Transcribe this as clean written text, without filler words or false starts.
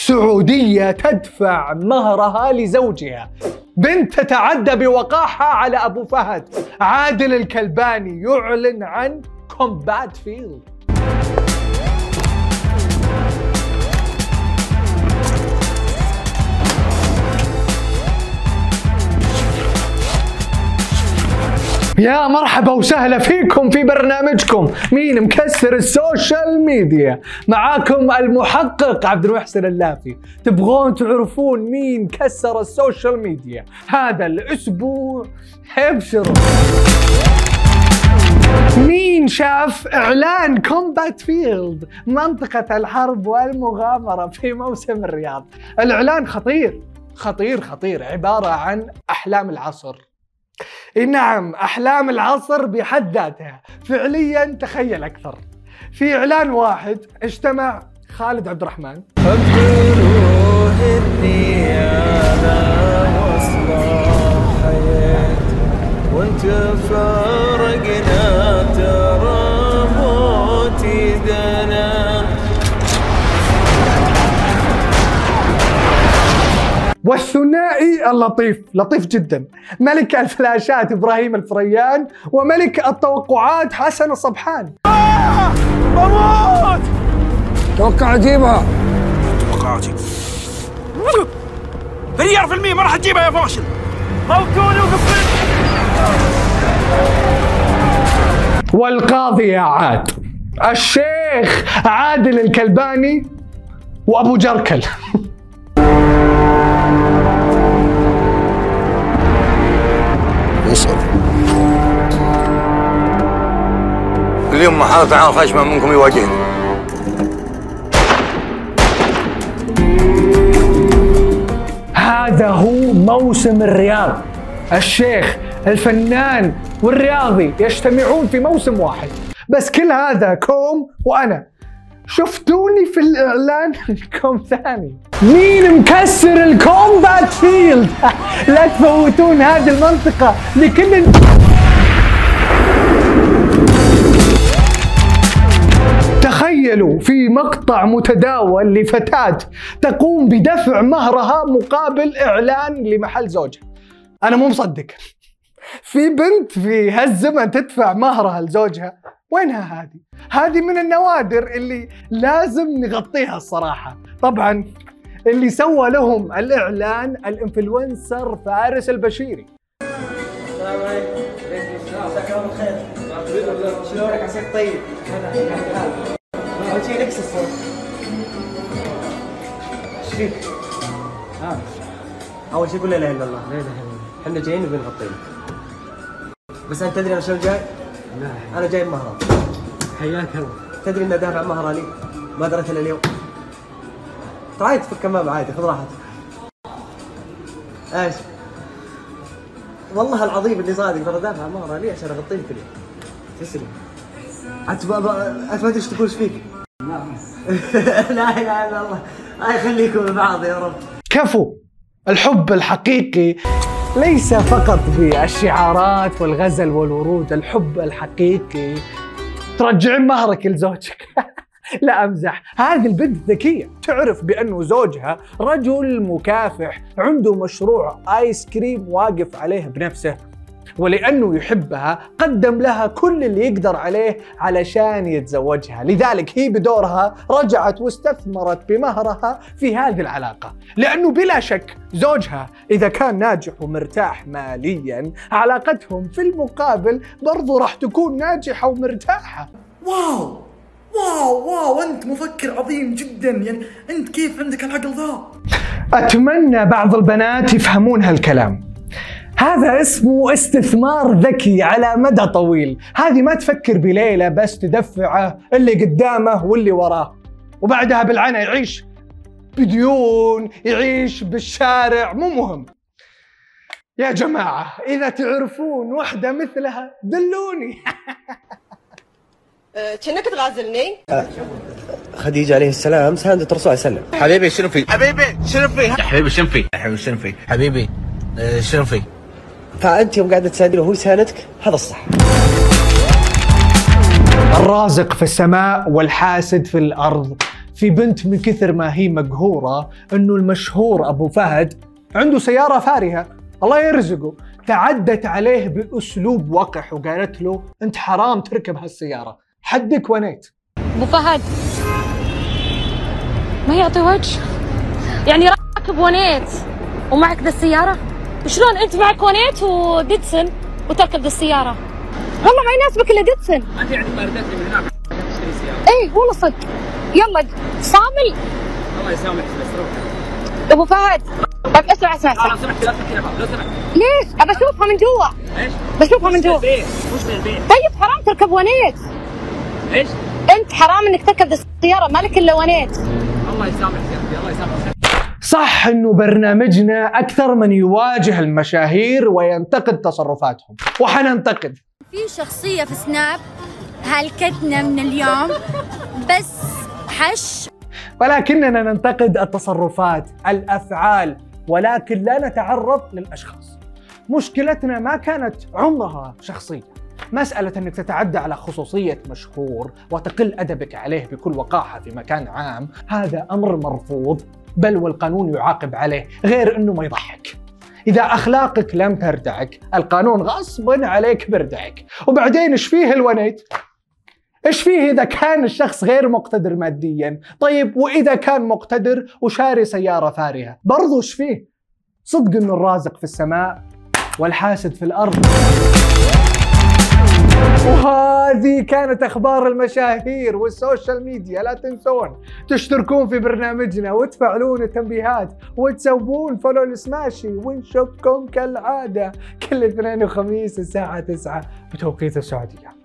سعودية تدفع مهرها لزوجها. بنت تتعدى بوقاحة على أبو فهد. عادل الكلباني يعلن عن كومبات فيلد. يا مرحبا وسهلا فيكم في برنامجكم مين مكسر السوشيال ميديا. معاكم المحقق عبد المحسن اللافي. تبغون تعرفون مين كسر السوشيال ميديا هذا الأسبوع؟ ابشروا. مين شاف إعلان كومبات فيلد منطقة الحرب والمغامرة في موسم الرياض؟ الإعلان خطير خطير خطير، عبارة عن أحلام العصر. نعم، أحلام العصر بحد ذاتها. فعليا تخيل أكثر، في إعلان واحد اجتمع خالد عبد الرحمن وانت فارقنا ترى موتي دنا، والثنائي اللطيف لطيف جدا، ملك الفلاشات إبراهيم الفريان وملك التوقعات حسن الصبحان. بموت. توقع اجيبها. توقعاتي مليار في المية ما راح تجيبها يا فاشل. موتوني وقفلت. والقاضي يا عاد الشيخ عادل الكلباني وأبو جركل. وصل اليوم محاضرة عن خشمة منكم يواجهني. هذا هو موسم الرياض. الشيخ الفنان والرياضي يجتمعون في موسم واحد، بس كل هذا كوم وأنا شفتوني في الإعلان كوم ثاني. مين مكسر الكومبات فيلد؟ لا تفوتون هذه المنطقة لكل. تخيلوا في مقطع متداول لفتاة تقوم بدفع مهرها مقابل إعلان لمحل زوجها. أنا مو مصدق، في بنت في هالزمن تدفع مهرها لزوجها؟ وينها هذه؟ هذه من النوادر اللي لازم نغطيها الصراحة. طبعا اللي سوى لهم الإعلان الإنفلونسر فارس البشيري. السلام عليكم. مساك الله بالخير. شلونك عساك طيب؟ أول شيء نكس الصوت. ايش فيك؟ أول شيء قول لا إله إلا الله. لا إله إلا الله. احنا جايين نبي نغطي لك. بس أنت تدري أنا شلون جاي؟ لا. أنا جاي بمهرة. حياك الله. تدري إني دافع مهرة لي؟ ما دريت إلا اليوم. تعال تفك كمام عادي، خذ راحتك. ايش؟ والله العظيم اللي صادق ترى دافع مهرة لي عشان اغطي لك اليوم. تسلم. انت ما ادري ايش تقول فيك. لا اله الا الله. الله يخليكم لبعض يا رب. كفو. الحب الحقيقي ليس فقط بالشعارات والغزل والورود. الحب الحقيقي ترجعين مهرك لزوجك. لا أمزح، هذه البنت ذكية، تعرف بأنه زوجها رجل مكافح عنده مشروع آيس كريم واقف عليه بنفسه، ولأنه يحبها قدم لها كل اللي يقدر عليه علشان يتزوجها. لذلك هي بدورها رجعت واستثمرت بمهرها في هذه العلاقة، لأنه بلا شك زوجها إذا كان ناجح ومرتاح ماليا علاقتهم في المقابل برضو راح تكون ناجحة ومرتاحة. واو واو واو، أنت مفكر عظيم جدا، يعني أنت كيف عندك العقل ذا؟ أتمنى بعض البنات يفهمون هالكلام. هذا اسمه استثمار ذكي على مدى طويل. هذه ما تفكر بليلة بس تدفعه اللي قدامه واللي وراه، وبعدها بالعنى يعيش بديون، يعيش بالشارع، مو مهم. يا جماعة إذا تعرفون وحدة مثلها دلوني. كأنك تغازلني. خديجة عليه السلام ساندت الرسول عليه السلام. حبيبي شنو في؟ حبيبي شنو في؟ حبيبي شنو في؟ حبيبي شنو في؟ حبيبي شنو في؟ فأنت يوم قاعدة تساندينه وهو يساندك، هذا الصح. الرازق في السماء والحاسد في الأرض. في بنت من كثر ما هي مقهورة انه المشهور ابو فهد عنده سيارة فارهة الله يرزقه، تعدت عليه باسلوب وقح وقالت له انت حرام تركب هالسيارة، حدك ونيت. ابو فهد ما يعطي وجه، يعني راكب ونيت ومعك ذا السيارة؟ وشلون انت معك ونيت وديدسن وتركب ذا السيارة؟ والله ما يناسبك الا ديدسن. انت عندك باردات من هناك تشتري سيارة. اي والله صدق. يلا صامل. الله يسامحك بس روح. ابو فهد طيب اسمع لو سمحت لا تفكري لو سمحت. ليش؟ ابى اشوفها من جوا. ايش؟ بشوفها من جوا. وش البيت؟ طيب حرام تركب ونيت. ايش؟ انت حرام انك تركب السيارة مالك الا ونيت. الله يسامحك يا اخي الله يسامحك. صح انه برنامجنا اكثر من يواجه المشاهير وينتقد تصرفاتهم، وحننتقد. في شخصية في سناب هلكتنا من اليوم بس حش، ولكننا ننتقد التصرفات، الافعال، ولكن لا نتعرض للاشخاص. مشكلتنا ما كانت عمرها شخصية، مسألة انك تتعدى على خصوصية مشهور وتقل ادبك عليه بكل وقاحة في مكان عام، هذا امر مرفوض، بل والقانون يعاقب عليه، غير انه ما يضحك. اذا اخلاقك لم تردعك، القانون غصبا عليك بردعك. وبعدين ايش فيه الونيت؟ ايش فيه اذا كان الشخص غير مقتدر ماديا؟ طيب واذا كان مقتدر وشاري سيارة فارهة، برضو ايش فيه؟ صدق انه الرازق في السماء والحاسد في الارض. وهذه كانت اخبار المشاهير والسوشيال ميديا. لا تنسون تشتركون في برنامجنا وتفعلون التنبيهات وتسوون فولو لسماشي، ونشوفكم كالعادة كل اثنين وخميس الساعة 9 بتوقيت السعودية.